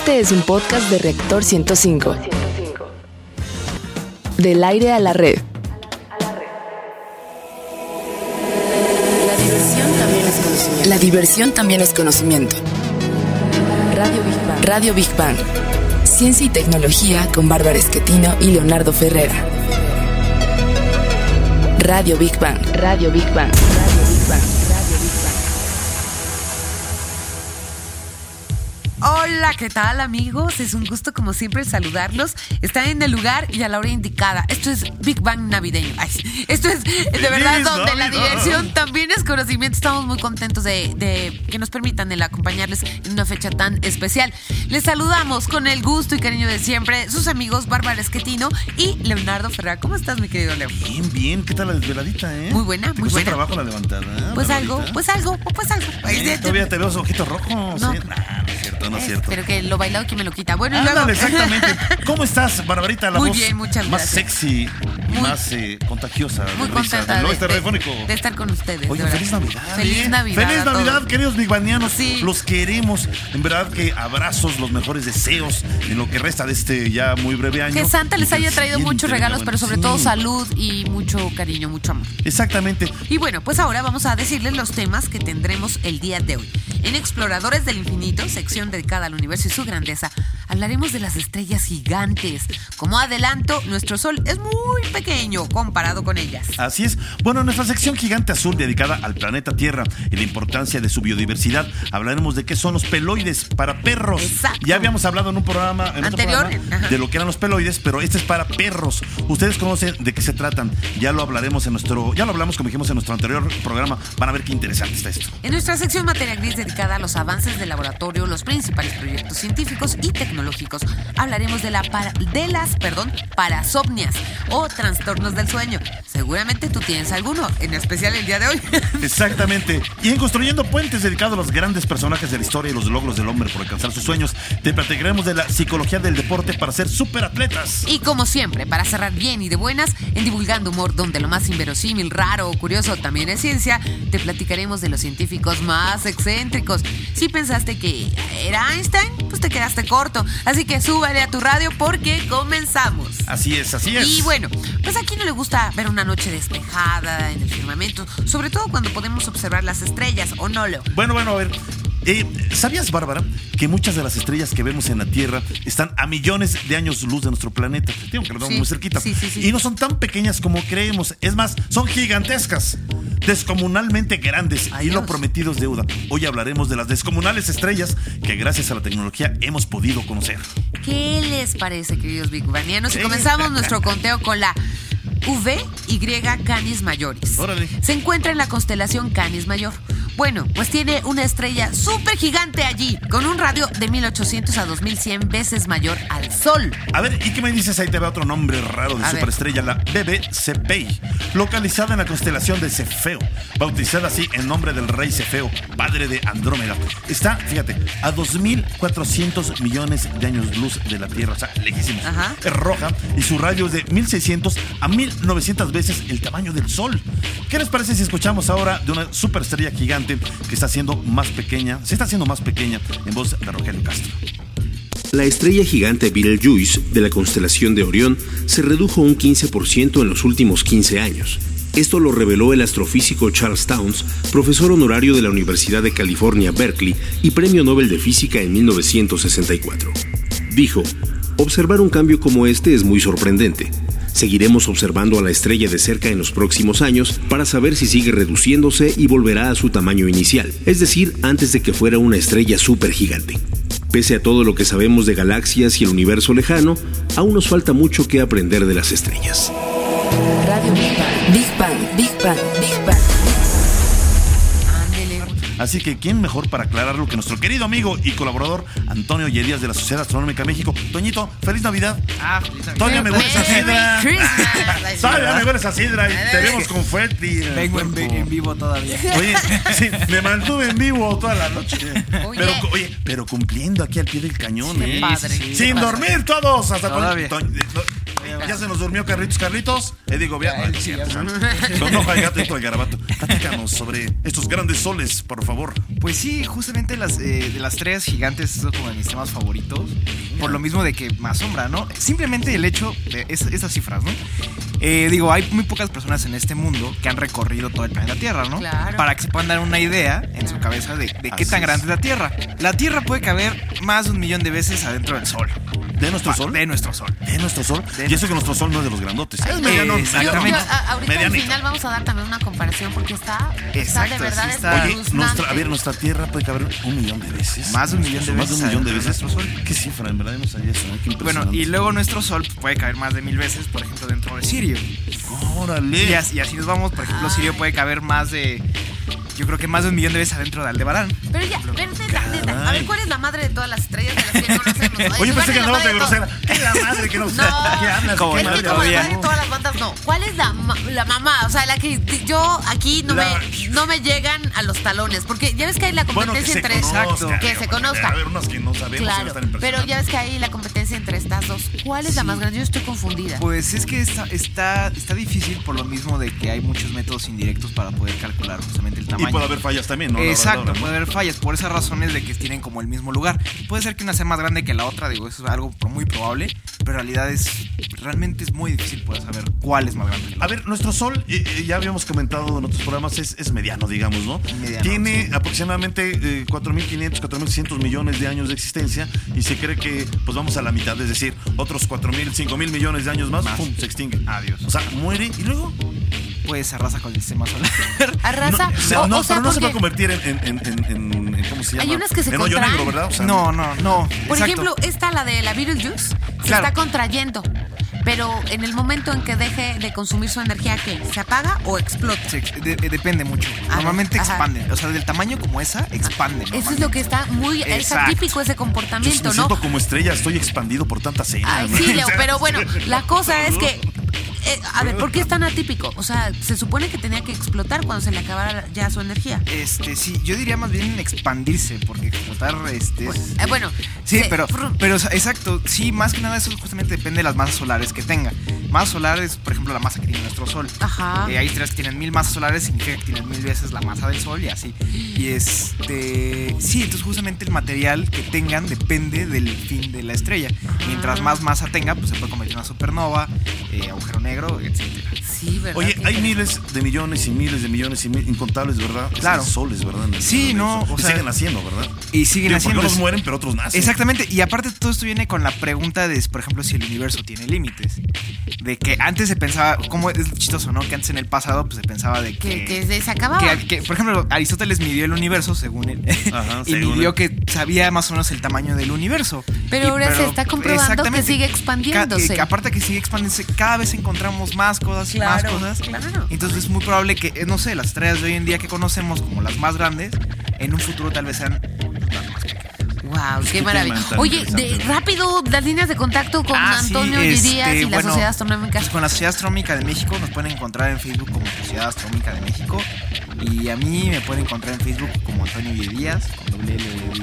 Este es un podcast de Reactor 105. Del aire a la red. La diversión también es conocimiento. Radio Big Bang. Ciencia y tecnología con Bárbara Schettino y Leonardo Ferrera. Radio Big Bang. Radio Big Bang. Radio Big Bang. Hola, ¿qué tal, amigos? Es un gusto como siempre saludarlos. Están en el lugar y a la hora indicada. Esto es Big Bang navideño. Ay, esto es de verdad donde la diversión también es conocimiento. Estamos muy contentos de que nos permitan el acompañarles en una fecha tan especial. Les saludamos con el gusto y cariño de siempre sus amigos Bárbara Schettino y Leonardo Ferrera. ¿Cómo estás, mi querido Leo? Bien, bien. ¿Qué tal la desveladita, Muy buena, muy buena. Trabajo la levantada? Pues algo. Todavía te veo los ojitos rojos. No. ¿Sí? No es cierto. Pero que lo bailado que me lo quita. Bueno, y Ándale, luego. exactamente. ¿Cómo estás, Barbarita? La Muy voz bien, muchas más gracias. sexy y más contagiosa. Muy de risa, contenta del oeste radiofónico. de estar con ustedes. Oye, de verdad. feliz Navidad. Feliz Navidad. Feliz a todos. Navidad, queridos bigbanianos. Sí. Los queremos. En verdad que abrazos, los mejores deseos en lo que resta de este ya muy breve año. Que Santa les Y haya el traído siguiente, muchos regalos, pero sobre todo sí. salud y mucho cariño, mucho amor. Exactamente. Y bueno, pues ahora vamos a decirles los temas que tendremos el día de hoy. En Exploradores del Infinito, sección dedicada al universo y su grandeza, hablaremos de las estrellas gigantes. Como adelanto, nuestro Sol es muy pequeño comparado con ellas. Así es. Bueno, en nuestra sección Gigante Azul dedicada al planeta Tierra y la importancia de su biodiversidad, hablaremos de qué son los peloides para perros. Exacto. Ya habíamos hablado en un programa Anterior, otro programa, de lo que eran los peloides, pero este es para perros. Ustedes conocen de qué se tratan. Ya lo hablamos, como dijimos en nuestro anterior programa. Van a ver qué interesante está esto. En nuestra sección Materia Gris dedicada a los avances del laboratorio, los principales proyectos científicos y tecnológicos, hablaremos de las parasomnias o trastornos del sueño. Seguramente tú tienes alguno, en especial el día de hoy. Exactamente. Y en Construyendo Puentes, dedicado a los grandes personajes de la historia y los logros del hombre por alcanzar sus sueños, te platicaremos de la psicología del deporte para ser superatletas. Y como siempre, para cerrar bien y de buenas, en Divulgando Humor, donde lo más inverosímil, raro o curioso también es ciencia, te platicaremos de los científicos más excéntricos. Si pensaste que era Einstein, pues te quedaste corto. Así que súbale a tu radio porque comenzamos. Así es. Y bueno, pues aquí no le gusta ver una noche despejada en el firmamento, sobre todo cuando podemos observar las estrellas, ¿o no, Leo? Bueno, a ver. ¿Sabías, Bárbara, que muchas de las estrellas que vemos en la Tierra están a millones de años luz de nuestro planeta? Digo que lo vemos muy cerquita. Sí. Y no son tan pequeñas como creemos. Es más, son gigantescas, descomunalmente grandes. Ay, y lo Dios. prometido es deuda. Hoy hablaremos de las descomunales estrellas que gracias a la tecnología hemos podido conocer. ¿Qué les parece, queridos Big Bangianos? Sí. Y comenzamos nuestro conteo con la VY Canis Majoris. Órale. Se encuentra en la constelación Canis Mayor. Bueno, pues tiene una estrella súper gigante allí, con un radio de 1800 a 2100 veces mayor al Sol. A ver, ¿y qué me dices? Ahí te va otro nombre raro de A ver. superestrella, la BB Cephei, localizada en la constelación de Cefeo, bautizada así en nombre del rey Cefeo, padre de Andrómeda. Está, fíjate, a 2.400 millones de años luz de la Tierra, o sea, lejísimos. Ajá. Es roja y su radio es de 1.600 a 1.900 veces el tamaño del Sol. ¿Qué les parece si escuchamos ahora de una superestrella gigante que está siendo más pequeña, en voz de Rogelio Castro? La estrella gigante Betelgeuse de la constelación de Orión se redujo un 15% en los últimos 15 años. Esto lo reveló el astrofísico Charles Townes, profesor honorario de la Universidad de California, Berkeley, y Premio Nobel de Física en 1964. Dijo: observar un cambio como este es muy sorprendente. Seguiremos observando a la estrella de cerca en los próximos años para saber si sigue reduciéndose y volverá a su tamaño inicial, es decir, antes de que fuera una estrella supergigante. Pese a todo lo que sabemos de galaxias y el universo lejano, aún nos falta mucho que aprender de las estrellas. Radio Big Bang. Big Bang. Big Bang. Big Bang. Ándele. Así que, ¿quién mejor para aclararlo que nuestro querido amigo y colaborador Antonio Yedías de la Sociedad Astronómica México? Toñito, feliz Navidad. Feliz Navidad. Toño, me hueles a sidra. Merry Christmas. Todavía me hueles a sidra y te vemos confeti. Vengo en vivo todavía. Oye, sí, me mantuve en vivo toda la noche. Oye. Pero cumpliendo aquí al pie del cañón, Qué padre. Sin dormir todos hasta Todavía. Ya se nos durmió Carlitos. Digo, bien. No hay gato dentro del garabato. Platícanos sobre estos grandes soles, por favor. Pues sí, justamente de las estrellas gigantes es como de mis temas favoritos. Por lo mismo de que me asombra, ¿no? Simplemente el hecho de esas cifras, ¿no? Digo, hay muy pocas personas en este mundo que han recorrido todo el planeta Tierra, ¿no? Claro. Para que se puedan dar una idea en su cabeza de qué tan grande es la Tierra. La Tierra puede caber más de 1 millón de veces adentro del Sol. ¿De nuestro sol? De nuestro Sol. ¿De nuestro sol? Y eso que nuestro sol no es de los grandotes. Ay, Es no, mediano. exactamente. Ahorita al final vamos a dar también una comparación porque está Exacto, de verdad sí está. Oye, espeluznante. nuestra Tierra puede caber 1 millón de veces. Más de 1 millón de Más de veces 1 millón de adentro de veces. nuestro sol. Qué cifra, en verdad yo no sabía eso. Qué Bueno, impresionante. y luego nuestro Sol puede caber más de 1000 veces, por ejemplo, dentro de Sirio. Órale. Y así nos vamos, por ejemplo, Sirio puede caber yo creo que más de 1 millón de veces adentro de Aldebarán. Pero ya, neta, a ver, ¿cuál es la madre de todas las estrellas de las que conocemos? Oye, pensé que ¿cuál es la andabas de madre todas? grosera. ¿Qué es la madre que no No, ¿Qué hablas? Como es no, que como la todavía. madre de todas las bandas, no. ¿Cuál es la mamá? O sea, la que yo aquí no me llegan a los talones. Porque ya ves que hay la competencia entre... Exacto. Que se conozca. A ver, unas que no sabemos. Claro, pero ya ves que hay la competencia entre estas dos. ¿Cuál es la más grande? Yo estoy confundida. Pues es que está difícil por lo mismo de que hay muchos métodos indirectos para poder calcular justamente el tamaño. Y puede haber fallas también, ¿no? Exacto, puede haber fallas por esas razones de que tienen como el mismo lugar. Puede ser que una sea más grande que la otra, digo, eso es algo muy probable, pero en realidad realmente es muy difícil poder saber cuál es más grande que la A ver, nuestro Sol, ya habíamos comentado en otros programas, es mediano, digamos, ¿no? Mediano, Tiene sí. aproximadamente 4.500, 4.600 millones de años de existencia y se cree que pues vamos a la mitad, es decir, otros 4.000, 5.000 millones de años más, ¡pum!, se extingue. Adiós. O sea, muere y luego... Pues arrasa con el sistema solar. ¿Arrasa? pero no se va a porque convertir en ¿cómo se llama? hay unas que se en hoyo contraen. negro, ¿verdad? O sea, No. Por exacto. ejemplo, la de la Beetlejuice, se Claro. está contrayendo. Pero en el momento en que deje de consumir su energía, ¿qué? ¿Se apaga o explota? Depende mucho. Ah, Normalmente ajá. expanden. O sea, del tamaño como esa, expanden. Eso es lo que está muy... Es Exacto. atípico ese Yo comportamiento, me ¿no? siento como estrella, estoy expandido por tanta señal. Ay, sí, Leo, pero bueno, la cosa es que... a ver, ¿por qué es tan atípico? O sea, se supone que tenía que explotar cuando se le acabara ya su energía. Sí, yo diría más bien expandirse, porque explotar Bueno, Sí, pero o sea, exacto, sí, más que nada eso justamente depende de las masas solares que tenga. Masas solares, por ejemplo, la masa que tiene nuestro Sol. Ajá. Hay estrellas que tienen 1000 masas solares, significa que tienen 1000 veces la masa del Sol y así. Y sí, entonces justamente el material que tengan depende del fin de la estrella. Mientras más masa tenga, pues se puede convertir en una supernova, agujero negro, etcétera. Sí, ¿verdad? Oye, Qué hay interesante. miles de millones y miles de millones incontables, ¿verdad? Claro. Soles, ¿verdad? En el Sí, universo. no, o Y sea, siguen haciendo, ¿verdad? Y siguen Digo, haciendo. porque unos mueren, pero otros nacen. Exactamente, y aparte todo esto viene con la pregunta de, por ejemplo, si el universo tiene límites. De que antes se pensaba, como es chistoso, ¿no? Que antes en el pasado pues se pensaba de Que se acababa. que, por ejemplo, Aristóteles midió el universo según él Ajá, y según midió él. que sabía más o menos el tamaño del universo. Pero ahora se está comprobando exactamente, que sigue expandiéndose. Aparte que sigue expandiéndose, cada vez encontramos más cosas y Claro, más cosas. claro. Entonces es muy probable que, no sé, las estrellas de hoy en día que conocemos como las más grandes, en un futuro tal vez sean las más pequeñas. Wow, qué Qué maravilla. tema tan Oye, interesante. rápido, las líneas de contacto con Antonio sí, Díaz y la bueno, Sociedad Astronómica. Pues con la Sociedad Astronómica de México nos pueden encontrar en Facebook como Sociedad Astronómica de México. Y a mí me pueden encontrar en Facebook como Antonio Díaz, con doble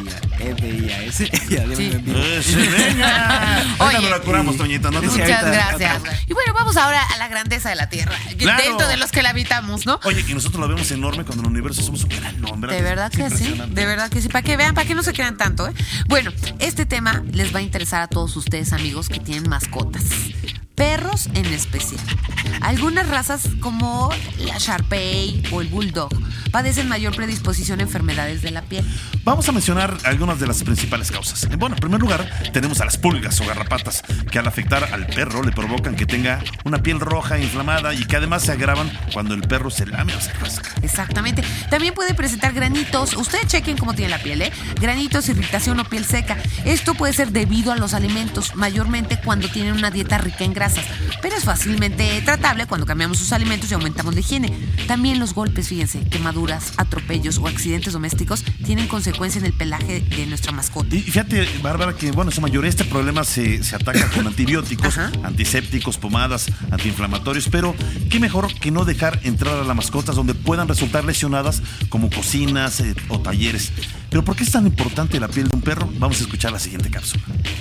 L-D-I-A-S. Ya deben en vivo. Sí, venga. Ahorita Oye, nos la curamos, Toñita. No te Sí, Muchas ahorita- gracias. Y bueno, vamos ahora a la grandeza de la Tierra. Claro. Dentro de los que la habitamos, ¿no? Oye, y nosotros la vemos enorme cuando en el universo somos un gran nombre. De verdad que sí, de verdad que sí. Para que vean, para que no se crean tanto, ¿eh? Bueno, este tema les va a interesar a todos ustedes, amigos, que tienen mascotas. Perros en especial. Algunas razas como la Shar-Pei o el Bulldog padecen mayor predisposición a enfermedades de la piel. Vamos a mencionar algunas de las principales causas. Bueno, en primer lugar, tenemos a las pulgas o garrapatas, que al afectar al perro le provocan que tenga una piel roja inflamada y que además se agravan cuando el perro se lame o se rasca. Exactamente. También puede presentar granitos. Ustedes chequen cómo tiene la piel, ¿eh? Granitos, irritación o piel seca. Esto puede ser debido a los alimentos, mayormente cuando tienen una dieta rica en grasas. Pero es fácilmente tratable cuando cambiamos sus alimentos y aumentamos la higiene. También los golpes, fíjense, quemaduras, atropellos o accidentes domésticos tienen consecuencia en el pelaje de nuestra mascota. Y fíjate, Bárbara, que bueno, en su mayoría este problema se ataca con antibióticos, Ajá. antisépticos, pomadas, antiinflamatorios, pero qué mejor que no dejar entrar a las mascotas donde puedan resultar lesionadas como cocinas o talleres. Pero ¿por qué es tan importante la piel de un perro? Vamos a escuchar la siguiente cápsula.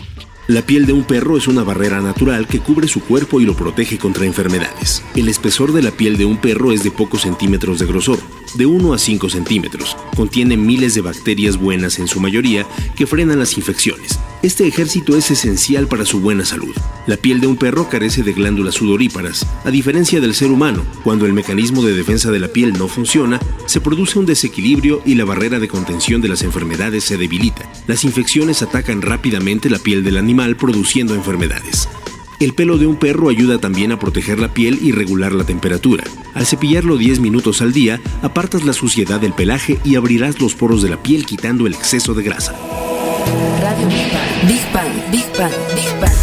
La piel de un perro es una barrera natural que cubre su cuerpo y lo protege contra enfermedades. El espesor de la piel de un perro es de pocos centímetros de grosor, de 1 a 5 centímetros. Contiene miles de bacterias buenas en su mayoría que frenan las infecciones. Este ejército es esencial para su buena salud. La piel de un perro carece de glándulas sudoríparas. A diferencia del ser humano, cuando el mecanismo de defensa de la piel no funciona, se produce un desequilibrio y la barrera de contención de las enfermedades se debilita. Las infecciones atacan rápidamente la piel del animal, produciendo enfermedades. El pelo de un perro ayuda también a proteger la piel y regular la temperatura. Al cepillarlo 10 minutos al día, apartas la suciedad del pelaje y abrirás los poros de la piel quitando el exceso de grasa. Radio Big Bang, Big Bang, Big Bang, Big Bang.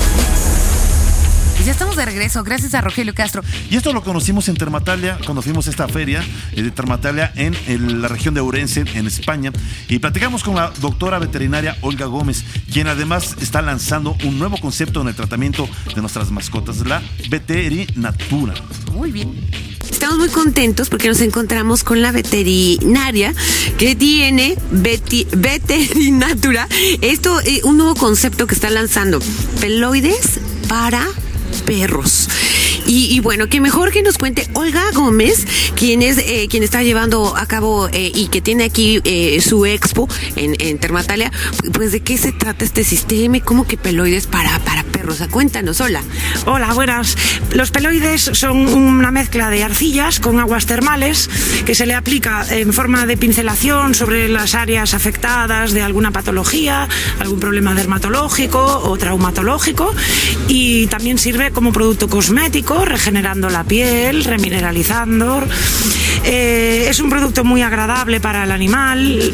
Y ya estamos de regreso, gracias a Rogelio Castro. Y esto lo conocimos en Termatalia, cuando fuimos a esta feria de Termatalia en la región de Ourense, en España. Y platicamos con la doctora veterinaria Olga Gómez, quien además está lanzando un nuevo concepto en el tratamiento de nuestras mascotas, la veterinatura. Muy bien. Estamos muy contentos porque nos encontramos con la veterinaria que tiene Veterinatura. Esto es un nuevo concepto que está lanzando. Peloides para perros. Y bueno, que mejor que nos cuente Olga Gómez, quien está llevando a cabo y que tiene aquí su expo en Termatalia, pues de qué se trata este sistema y cómo que peloides para perros. Cuéntanos, hola. Hola, buenas. Los peloides son una mezcla de arcillas con aguas termales que se le aplica en forma de pincelación sobre las áreas afectadas de alguna patología, algún problema dermatológico o traumatológico, y también sirve como producto cosmético, regenerando la piel, remineralizando. Es un producto muy agradable para el animal.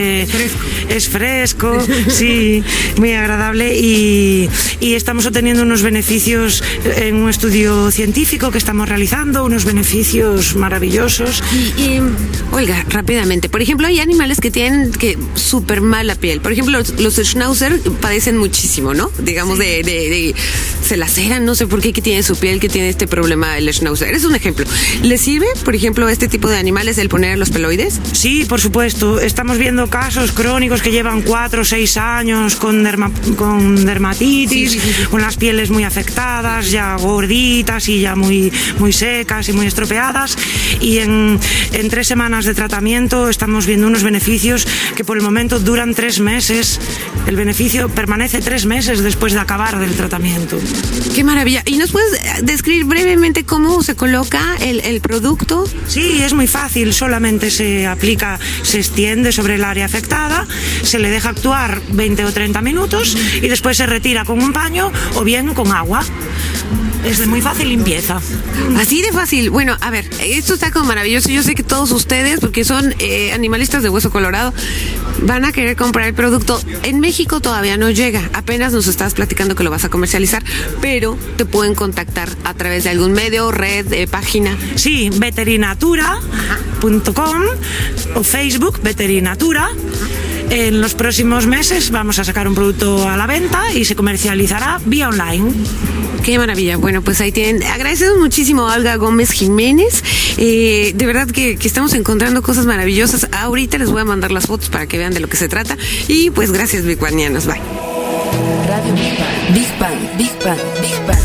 Es fresco, sí, muy agradable, y estamos obteniendo unos beneficios en un estudio científico que estamos realizando, unos beneficios maravillosos. Oiga, rápidamente, por ejemplo, hay animales que tienen súper mal la piel. Por ejemplo, los schnauzer padecen muchísimo, ¿no? Digamos, se laceran, no sé por qué, que tiene su piel, que tiene este problema el schnauzer. Es un ejemplo. ¿Le sirve, por ejemplo, a este tipo de animales el poner los peloides? Sí, por supuesto. Estamos viendo casos crónicos que llevan 4 o 6 años con dermatitis, sí. Con las pieles muy afectadas, ya gorditas y ya muy, muy secas y muy estropeadas. Y en 3 semanas de tratamiento estamos viendo unos beneficios que por el momento duran 3 meses. El beneficio permanece 3 meses después de acabar del tratamiento. ¡Qué maravilla! ¿Y nos puedes describir brevemente cómo se coloca el producto? Sí, es muy fácil. Solamente se aplica, se extiende sobre el área afectada, se le deja actuar 20 o 30 minutos y después se retira con un paño o bien con agua. Es de muy fácil limpieza. Así de fácil. Bueno, a ver, esto está como maravilloso. Yo sé que todos ustedes, porque son animalistas de hueso colorado, van a querer comprar el producto. En México todavía no llega. Apenas nos estás platicando que lo vas a comercializar, pero te pueden contactar a través de algún medio, red, página. Sí, veterinatura.com o Facebook Veterinatura. En los próximos meses vamos a sacar un producto a la venta y se comercializará vía online. Qué maravilla. Bueno, pues ahí tienen. Agradecemos muchísimo a Olga Gómez Jiménez. De verdad que estamos encontrando cosas maravillosas. Ahorita les voy a mandar las fotos para que vean de lo que se trata. Y pues gracias, Big Bangianos. Bye. Radio Big Bang, Big Bang, Big Bang, Big Bang.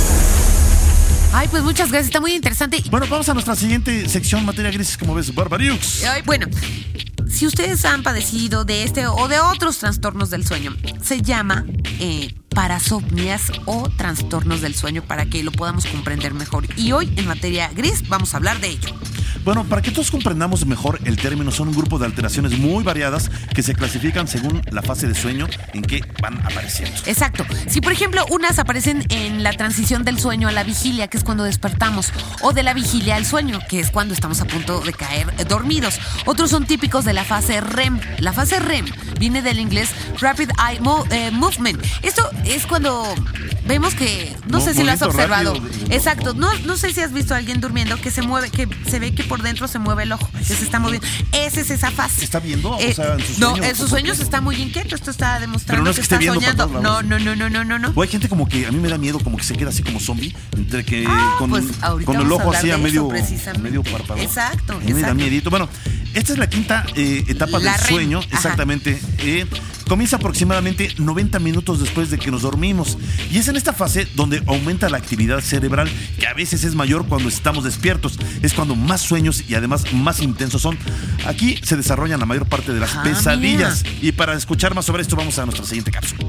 Ay, pues muchas gracias. Está muy interesante. Bueno, vamos a nuestra siguiente sección, materia gris, como ves, Barbariux. Bueno, si ustedes han padecido de este o de otros trastornos del sueño, se llama parasomnias o trastornos del sueño, para que lo podamos comprender mejor. Y hoy en materia gris vamos a hablar de ello. Bueno, para que todos comprendamos mejor el término, son un grupo de alteraciones muy variadas que se clasifican según la fase de sueño en que van apareciendo. Exacto. Si, por ejemplo, unas aparecen en la transición del sueño a la vigilia, que es cuando despertamos, o de la vigilia al sueño, que es cuando estamos a punto de caer dormidos. Otros son típicos de la fase REM. La fase REM viene del inglés Rapid Eye Movement. Esto es cuando vemos que, no sé si lo has observado. Exacto. No sé si has visto a alguien durmiendo que se mueve, que se ve que por dentro se mueve el ojo, que se está moviendo. Esa es esa fase. ¿Se está viendo? O sea, en sus no, sueños, en sus sueños está muy inquieto. Esto está demostrando no es que esté está soñando. No. O hay gente como que a mí me da miedo, como que se queda así como zombie, entre que con el ojo así a medio párpado. Exacto. A mí me da miedito. Bueno, esta es la quinta etapa del sueño, REM. exactamente. comienza aproximadamente 90 minutos después de que nos dormimos. Y es en esta fase donde aumenta la actividad cerebral, que a veces es mayor cuando estamos despiertos. Es cuando más sueños y además más intensos son. Aquí se desarrollan la mayor parte de las pesadillas. Mira. Y para escuchar más sobre esto, vamos a nuestra siguiente cápsula.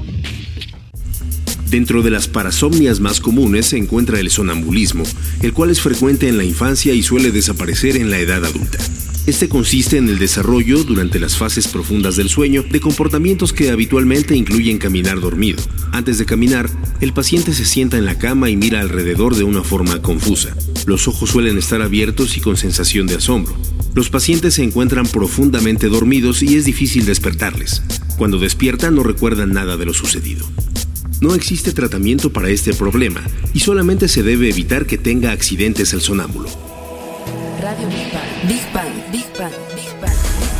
Dentro de las parasomnias más comunes se encuentra el sonambulismo, el cual es frecuente en la infancia y suele desaparecer en la edad adulta. Este consiste en el desarrollo, durante las fases profundas del sueño, de comportamientos que habitualmente incluyen caminar dormido. Antes de caminar, el paciente se sienta en la cama y mira alrededor de una forma confusa. Los ojos suelen estar abiertos y con sensación de asombro. Los pacientes se encuentran profundamente dormidos y es difícil despertarles. Cuando despiertan no recuerdan nada de lo sucedido. No existe tratamiento para este problema y solamente se debe evitar que tenga accidentes el sonámbulo. Radio Big Bang, Big Bang, Big Bang, Big Bang.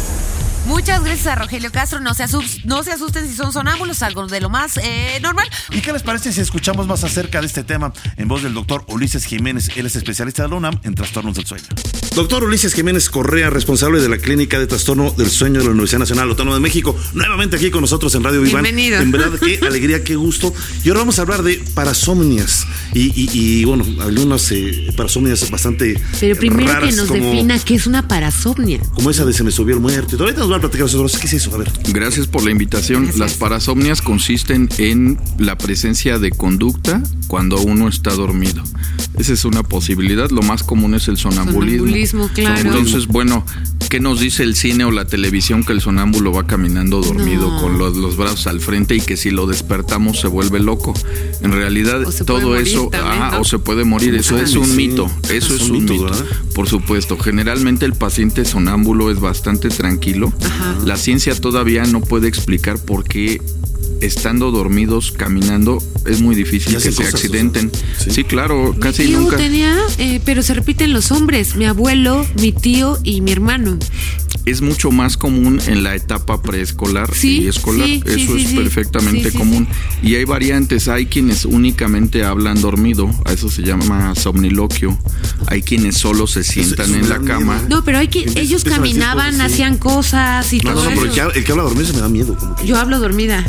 Muchas gracias a Rogelio Castro. No se asusten si son sonámbulos, algo de lo más normal. ¿Y qué les parece si escuchamos más acerca de este tema en voz del doctor Ulises Jiménez? Él es especialista de la UNAM en trastornos del sueño. Doctor Ulises Jiménez Correa, responsable de la Clínica de Trastorno del Sueño de la Universidad Nacional Autónoma de México, nuevamente aquí con nosotros en Radio Vivan. Bienvenido. En verdad, qué alegría, qué gusto. Y ahora vamos a hablar de parasomnias. Y bueno, algunas parasomnias bastante Pero primero raras, que nos como, defina qué es una parasomnia. Como esa de se me subió el muerto. Y ahorita nos va a platicar nosotros. ¿Qué es eso? A ver. Gracias por la invitación. Gracias. Las parasomnias consisten en la presencia de conducta cuando uno está dormido. Esa es una posibilidad. Lo más común es el sonambulismo. Sonambulismo, claro. Entonces, bueno, ¿qué nos dice el cine o la televisión? Que el sonámbulo va caminando dormido con los brazos al frente y que si lo despertamos se vuelve loco. En realidad, todo eso, también, ¿no? o se puede morir. Eso es un mito. Eso es un mito. ¿Verdad? Por supuesto. Generalmente el paciente sonámbulo es bastante tranquilo. Ajá. La ciencia todavía no puede explicar por qué estando dormidos, caminando, es muy difícil que se accidenten. ¿Sí? Sí, claro, casi mi tío nunca. tenía, pero se repiten los hombres, mi abuelo, mi tío y mi hermano. Es mucho más común en la etapa preescolar y escolar. Eso es perfectamente común. Y hay variantes. Hay quienes únicamente hablan dormido. A eso se llama somniloquio. Hay quienes solo se sientan en la cama. No, pero hay que ellos caminaban, hacían cosas y todo eso. Pero el que habla dormido se me da miedo. Como que... Yo hablo dormida.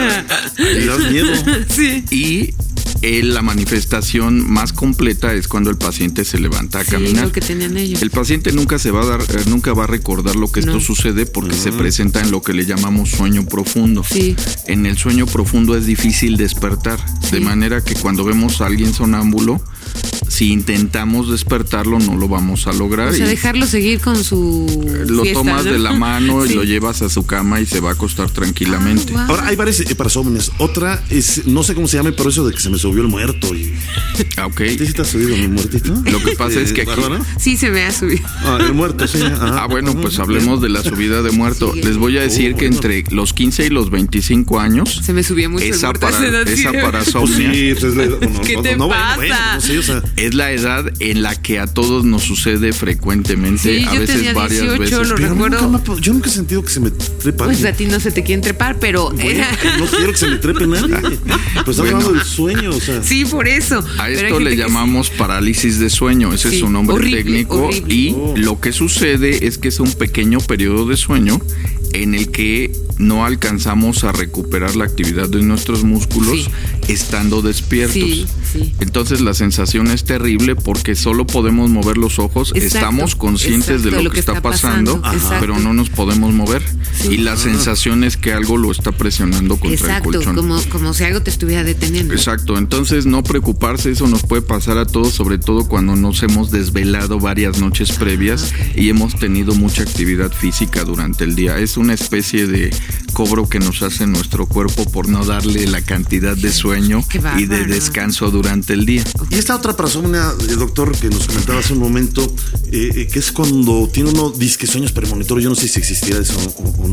Me das miedo. Sí. Y la manifestación más completa es cuando el paciente se levanta a caminar. Lo que tenían ellos. El paciente nunca va a recordar lo que esto sucede porque se presenta en lo que le llamamos sueño profundo. Sí. En el sueño profundo es difícil despertar, de manera que cuando vemos a alguien sonámbulo, si intentamos despertarlo no lo vamos a lograr. O sea, dejarlo seguir con su lo fiesta, tomas ¿no? de la mano y lo llevas a su cama y se va a acostar tranquilamente. Wow. Ahora, hay varias parasomnias. Otra es, no sé cómo se llama, pero eso de que se me subió el muerto. Y... Ok. ¿Sí te has subido mi muertito? Lo que pasa es que aquí... ¿Bárbara? Sí, se me ha subido. El muerto, sí. Ajá. Bueno, pues hablemos de la subida de muerto. Les voy a decir que entre los 15 y los 25 años... Se me subía mucho esa el muerto. Esa parasomnia... Pues sí, ¿Qué te pasa? No sé, o sea, es la edad en la que a todos nos sucede frecuentemente, Sí, a yo veces tenía varias 18, veces. lo pero recuerdo. yo nunca he sentido que se me trepa. Pues a ti no se te quieren trepar, pero... Bueno, no quiero que se me trepe nadie. Pues estamos hablando del sueño, o sea. Sí, por eso. A esto le llamamos parálisis de sueño, ese es su nombre técnico. Horrible. Y lo que sucede es que es un pequeño periodo de sueño en el que no alcanzamos a recuperar la actividad de nuestros músculos estando despiertos. Sí. Entonces la sensación es terrible porque solo podemos mover los ojos, estamos conscientes de lo que está pasando, pero no nos podemos mover. Y la sensación es que algo lo está presionando contra el colchón. Como si algo te estuviera deteniendo. Exacto, entonces no preocuparse, eso nos puede pasar a todos, sobre todo cuando nos hemos desvelado varias noches previas y hemos tenido mucha actividad física durante el día. Es una especie de cobro que nos hace nuestro cuerpo por no darle la cantidad de sueño y de descanso durante el día. Y esta otra parasomnia, doctor, que nos comentaba hace un momento, que es cuando tiene uno disque sueños premonitorios. Yo no sé si existirá eso o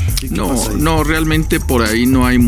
no. No, realmente por ahí no hay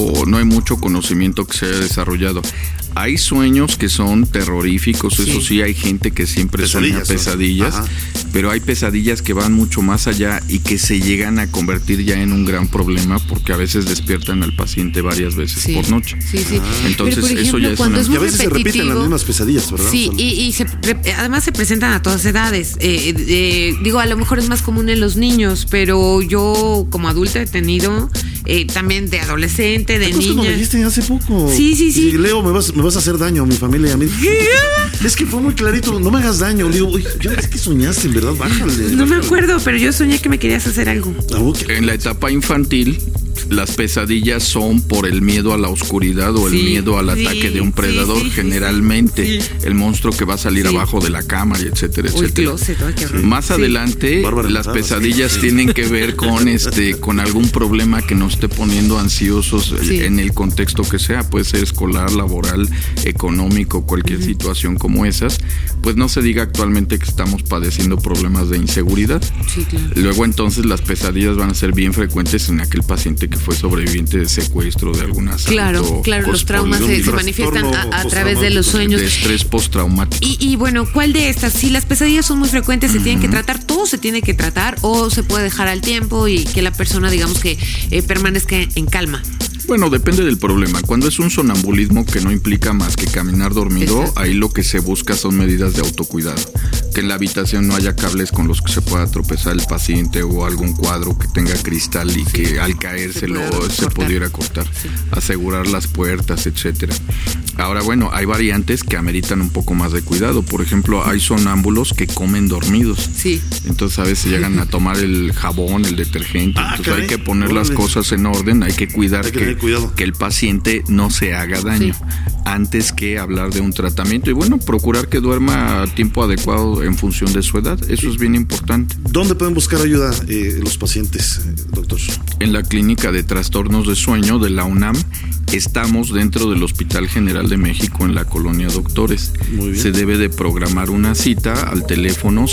mucho conocimiento que se haya desarrollado. Hay sueños que son terroríficos, eso sí, hay gente que siempre sueña pesadillas, pero hay pesadillas que van mucho más allá y que se llegan a convertir ya en un gran problema porque a veces despiertan al paciente varias veces por noche. Sí. Entonces, pero, por ejemplo, eso ya es una... Y a veces se repiten las mismas pesadillas, ¿verdad? Sí, y además se presentan a todas edades. Digo, a lo mejor es más común en los niños, pero yo como adulta he tenido también de adolescente, de niña. Lo dijiste hace poco. Sí. Y Leo, me vas a hacer daño a mi familia y a mí. Es que fue muy clarito, no me hagas daño. Le digo, oye, yo es que soñaste, en verdad, bájale. No me acuerdo, pero yo soñé que me querías hacer algo. En la etapa infantil, las pesadillas son por el miedo a la oscuridad o el miedo al ataque de un predador. Generalmente, el monstruo que va a salir abajo de la cama, y etcétera, etcétera. Más adelante, las pesadillas tienen que ver con algún problema que nos esté poniendo ansiosos en el contexto que sea. Puede ser escolar, laboral, económico, cualquier situación como esas. Pues no se diga actualmente que estamos padeciendo problemas de inseguridad. Sí, claro. Luego entonces las pesadillas van a ser bien frecuentes en aquel paciente que fue sobreviviente de secuestro, de algún asalto. Claro, los traumas se manifiestan a través de los sueños. De estrés postraumático. Y bueno, ¿cuál de estas? Si las pesadillas son muy frecuentes, ¿se tienen que tratar? ¿Todo se tiene que tratar o se puede dejar al tiempo y que la persona, digamos que permanezca en calma? Bueno, depende del problema. Cuando es un sonambulismo que no implica más que caminar dormido, Exacto. Ahí lo que se busca son medidas de autocuidado. Que en la habitación no haya cables con los que se pueda tropezar el paciente o algún cuadro que tenga cristal y que al caérselo se pudiera cortar. Sí. Asegurar las puertas, etcétera. Ahora, bueno, hay variantes que ameritan un poco más de cuidado. Por ejemplo, hay sonámbulos que comen dormidos. Sí. Entonces a veces llegan a tomar el jabón, el detergente. Entonces hay que poner las cosas en orden, hay que cuidar que el paciente no se haga daño antes que hablar de un tratamiento. Y bueno, procurar que duerma a tiempo adecuado en función de su edad. Eso es bien importante. ¿Dónde pueden buscar ayuda los pacientes, doctor? En la Clínica de Trastornos de Sueño de la UNAM. Estamos dentro del Hospital General de México en la Colonia Doctores. Muy bien. Se debe de programar una cita al teléfono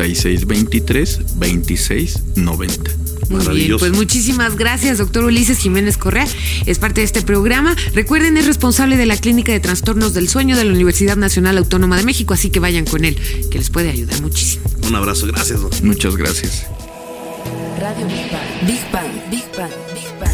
5623-2690. Muy bien, pues muchísimas gracias, doctor Ulises Jiménez Correa. Es parte de este programa. Recuerden, es responsable de la Clínica de Trastornos del Sueño de la Universidad Nacional Autónoma de México, así que vayan con él, que les puede ayudar muchísimo. Un abrazo, gracias, doctor. Muchas gracias. Radio Big Bang, Big Bang, Big Bang, Big Bang.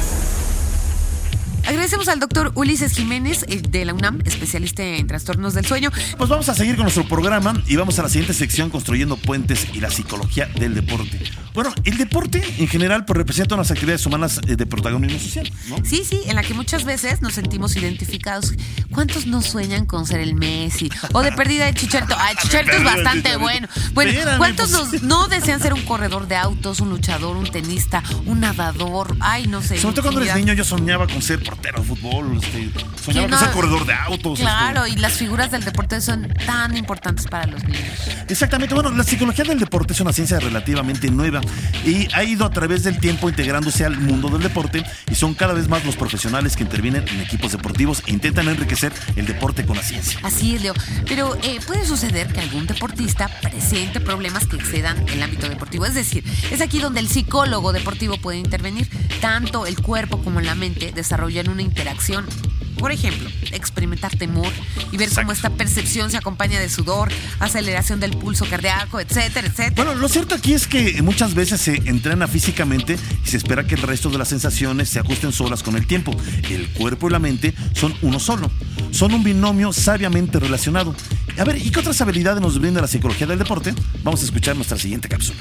Agradecemos al doctor Ulises Jiménez de la UNAM, especialista en trastornos del sueño. Pues vamos a seguir con nuestro programa y vamos a la siguiente sección, Construyendo Puentes y la Psicología del Deporte. Bueno, el deporte en general pues representa unas actividades humanas de protagonismo social, ¿no? Sí, en la que muchas veces nos sentimos identificados. ¿Cuántos no sueñan con ser el Messi? O de perdida de Chicharito. Ay, Chicharito es bastante bueno. Bueno, ¿cuántos no desean ser un corredor de autos, un luchador, un tenista, un nadador? Ay, no sé. Sobre todo cuando eres niño, yo soñaba con ser portero de fútbol, soñaba con ser corredor de autos. Claro, y las figuras del deporte son tan importantes para los niños. Exactamente. Bueno, la psicología del deporte es una ciencia relativamente nueva y ha ido a través del tiempo integrándose al mundo del deporte, y son cada vez más los profesionales que intervienen en equipos deportivos e intentan enriquecer el deporte con la ciencia. Así es, Leo. Pero puede suceder que algún deportista presente problemas que excedan el ámbito deportivo. Es decir, es aquí donde el psicólogo deportivo puede intervenir. Tanto el cuerpo como la mente desarrollan una interacción. Por ejemplo, experimentar temor y ver cómo esta percepción se acompaña de sudor, aceleración del pulso cardíaco, etcétera, etcétera. Bueno, lo cierto aquí es que muchas veces se entrena físicamente y se espera que el resto de las sensaciones se ajusten solas con el tiempo. El cuerpo y la mente son uno solo. Son un binomio sabiamente relacionado. A ver, ¿y qué otras habilidades nos brinda la psicología del deporte? Vamos a escuchar nuestra siguiente cápsula.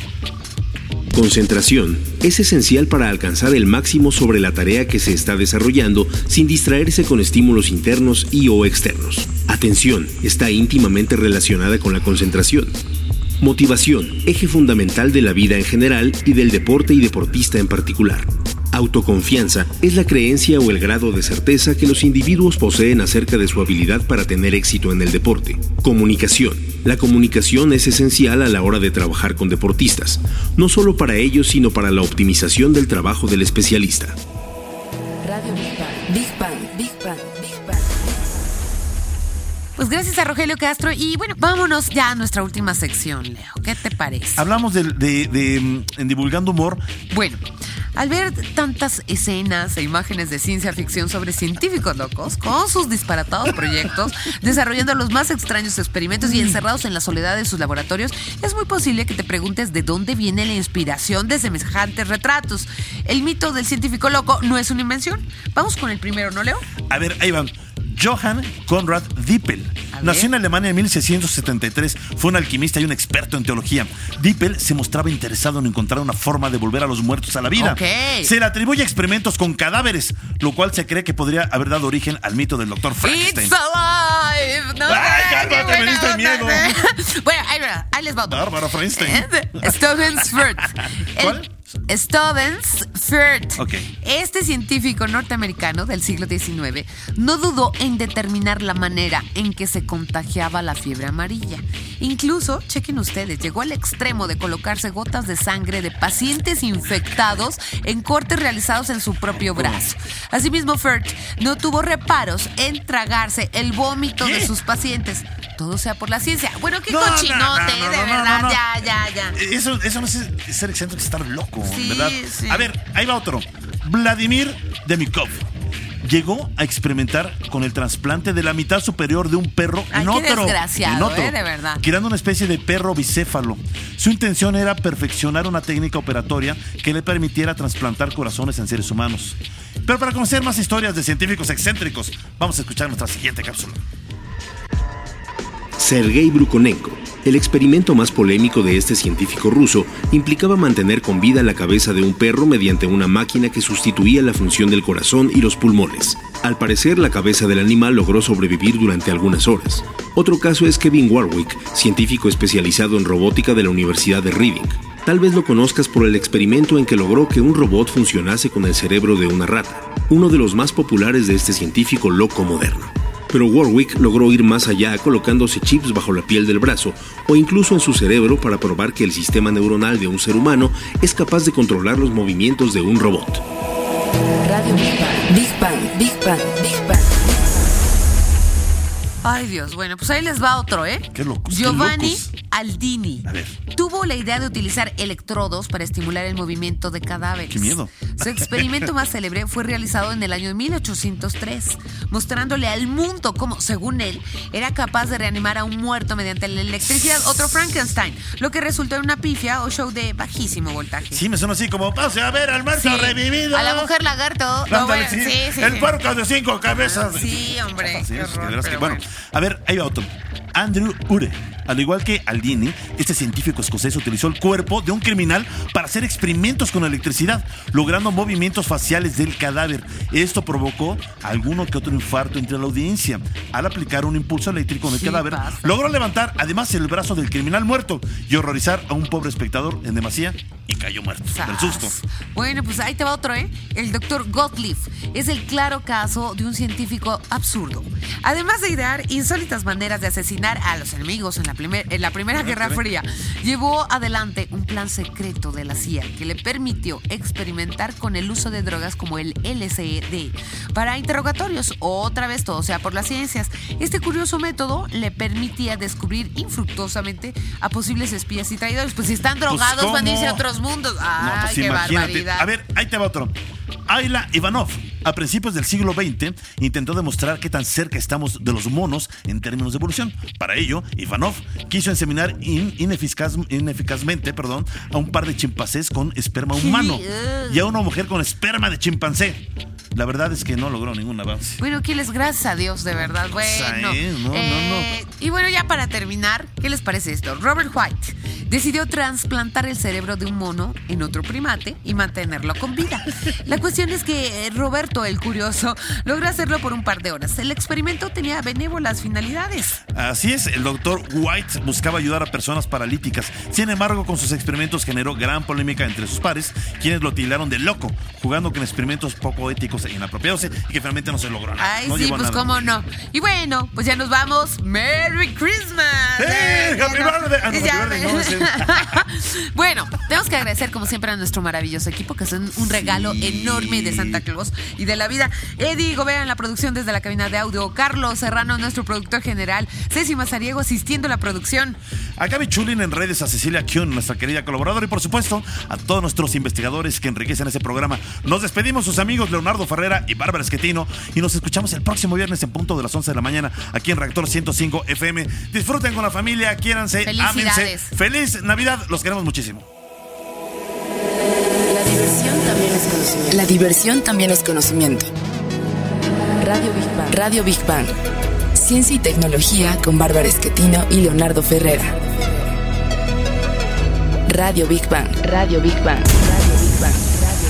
Concentración es esencial para alcanzar el máximo sobre la tarea que se está desarrollando sin distraerse con estímulos internos y o externos. Atención está íntimamente relacionada con la concentración. Motivación, eje fundamental de la vida en general y del deporte y deportista en particular. Autoconfianza es la creencia o el grado de certeza que los individuos poseen acerca de su habilidad para tener éxito en el deporte. Comunicación. La comunicación es esencial a la hora de trabajar con deportistas, no solo para ellos, sino para la optimización del trabajo del especialista. Radio Big Bang, Big Bang, Big Bang, Big Bang. Pues gracias a Rogelio Castro. Y bueno, vámonos ya a nuestra última sección, Leo. ¿Qué te parece? Hablamos en Divulgando Humor. Bueno, al ver tantas escenas e imágenes de ciencia ficción sobre científicos locos con sus disparatados proyectos, desarrollando los más extraños experimentos y encerrados en la soledad de sus laboratorios, es muy posible que te preguntes de dónde viene la inspiración de semejantes retratos. El mito del científico loco no es una invención. Vamos con el primero, ¿no, Leo? A ver, ahí van. Johann Conrad Dippel. Nació en Alemania en 1673. Fue un alquimista y un experto en teología. Dippel se mostraba interesado en encontrar una forma de volver a los muertos a la vida. Se le atribuye experimentos con cadáveres, lo cual se cree que podría haber dado origen al mito del Dr. Frankenstein. It's alive. No, ¡ay, cálmate, me diste miedo! Bueno, ahí les va otro. Bárbara Frankenstein. Stobensfurt. ¿Cuál? Stobensfurt. Okay. Este científico norteamericano del siglo XIX no dudó en determinar la manera en que se contagiaba la fiebre amarilla. Incluso, chequen ustedes, llegó al extremo de colocarse gotas de sangre de pacientes infectados en cortes realizados en su propio brazo. Asimismo, Furt no tuvo reparos en tragarse el vómito de sus pacientes. Todo sea por la ciencia. Bueno, qué cochinote, de verdad. No. Ya. Eso no es ser excéntrico, es estar loco, sí, ¿verdad? Sí. A ver, ahí va otro. Vladimir Demikov llegó a experimentar con el trasplante de la mitad superior de un perro en otro. Qué desgraciado, de verdad. Creando una especie de perro bicéfalo. Su intención era perfeccionar una técnica operatoria que le permitiera trasplantar corazones en seres humanos. Pero para conocer más historias de científicos excéntricos, vamos a escuchar nuestra siguiente cápsula. Sergei Brukhonenko. El experimento más polémico de este científico ruso implicaba mantener con vida la cabeza de un perro mediante una máquina que sustituía la función del corazón y los pulmones. Al parecer, la cabeza del animal logró sobrevivir durante algunas horas. Otro caso es Kevin Warwick, científico especializado en robótica de la Universidad de Reading. Tal vez lo conozcas por el experimento en que logró que un robot funcionase con el cerebro de una rata, uno de los más populares de este científico loco moderno. Pero Warwick logró ir más allá colocándose chips bajo la piel del brazo o incluso en su cerebro para probar que el sistema neuronal de un ser humano es capaz de controlar los movimientos de un robot. Radio Big Bang. Ay, Dios. Bueno, pues ahí les va otro, ¿eh? Qué locos. Giovanni qué locos. Aldini. A ver. Tuvo la idea de utilizar electrodos para estimular el movimiento de cadáveres. ¡Qué miedo! Su experimento más célebre fue realizado en el año 1803, mostrándole al mundo cómo, según él, era capaz de reanimar a un muerto mediante la electricidad, otro Frankenstein, lo que resultó en una pifia o show de bajísimo voltaje. Sí, me suena así como, pase a ver al muerto revivido. A la mujer lagarto. Ándale, sí. El puerco de 5 cabezas. Sí, hombre. Sí, qué horror, que, bueno, a ver, ahí va otro. Andrew Ure. Al igual que Aldini, este científico escocés utilizó el cuerpo de un criminal para hacer experimentos con electricidad, logrando movimientos faciales del cadáver. Esto provocó alguno que otro infarto entre la audiencia. Al aplicar un impulso eléctrico en el cadáver, logró levantar además el brazo del criminal muerto y horrorizar a un pobre espectador en demasía y cayó muerto del susto. Bueno, pues ahí te va otro, ¿eh? El doctor Gottlieb es el claro caso de un científico absurdo. Además de idear insólitas maneras de asesinar a los enemigos en la Primera Guerra Fría, llevó adelante un plan secreto de la CIA que le permitió experimentar con el uso de drogas como el LSD para interrogatorios. Otra vez todo sea por las ciencias. Este curioso método le permitía descubrir infructuosamente a posibles espías y traidores. Pues si están drogados van a irse a otros mundos. ¡Ay, no, pues qué barbaridad! A ver, ahí te va otro. Ayla Ivanov, a principios del siglo XX, intentó demostrar qué tan cerca estamos de los monos en términos de evolución. Para ello, Ivanov quiso inseminar ineficazmente a un par de chimpancés con esperma humano y a una mujer con esperma de chimpancé. La verdad es que no logró ningún avance. Bueno, ¿qué les gracias a Dios, de verdad? Bueno, no. Y bueno, ya para terminar, ¿qué les parece esto? Robert White decidió trasplantar el cerebro de un mono en otro primate y mantenerlo con vida. La cuestión es que Roberto el Curioso logró hacerlo por un par de horas. El experimento tenía benévolas finalidades. Así es, el doctor White buscaba ayudar a personas paralíticas. Sin embargo, con sus experimentos generó gran polémica entre sus pares, quienes lo tildaron de loco, jugando con experimentos poco éticos e inapropiados y que finalmente no se logró nada. Ay, sí, pues cómo no. Y bueno, pues ya nos vamos. ¡Merry Christmas! ¡Happy birthday! Bueno, tenemos que agradecer como siempre a nuestro maravilloso equipo, que son un regalo enorme de Santa Claus y de la vida. Eddie Gobea en la producción desde la cabina de audio, Carlos Serrano, nuestro productor general, Ceci Mazariego asistiendo a la producción, a Gaby Chulin en redes, a Cecilia Kuhn, nuestra querida colaboradora, y por supuesto a todos nuestros investigadores que enriquecen ese programa. Nos despedimos, sus amigos Leonardo Ferrera y Bárbara Schettino, y nos escuchamos el próximo viernes en punto de las 11 de la mañana aquí en Reactor 105 FM. Disfruten con la familia, quiéranse, ámense. ¡Feliz Navidad! Los queremos muchísimo. La diversión también es conocimiento. Radio Big Bang. Ciencia y tecnología con Bárbara Esquetino y Leonardo Ferrera. Radio Big Bang. Radio Big Bang. Radio Big Bang. Radio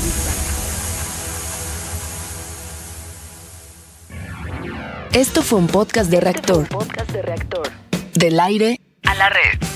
Big Bang. Esto fue un podcast de Reactor. Del aire a la red.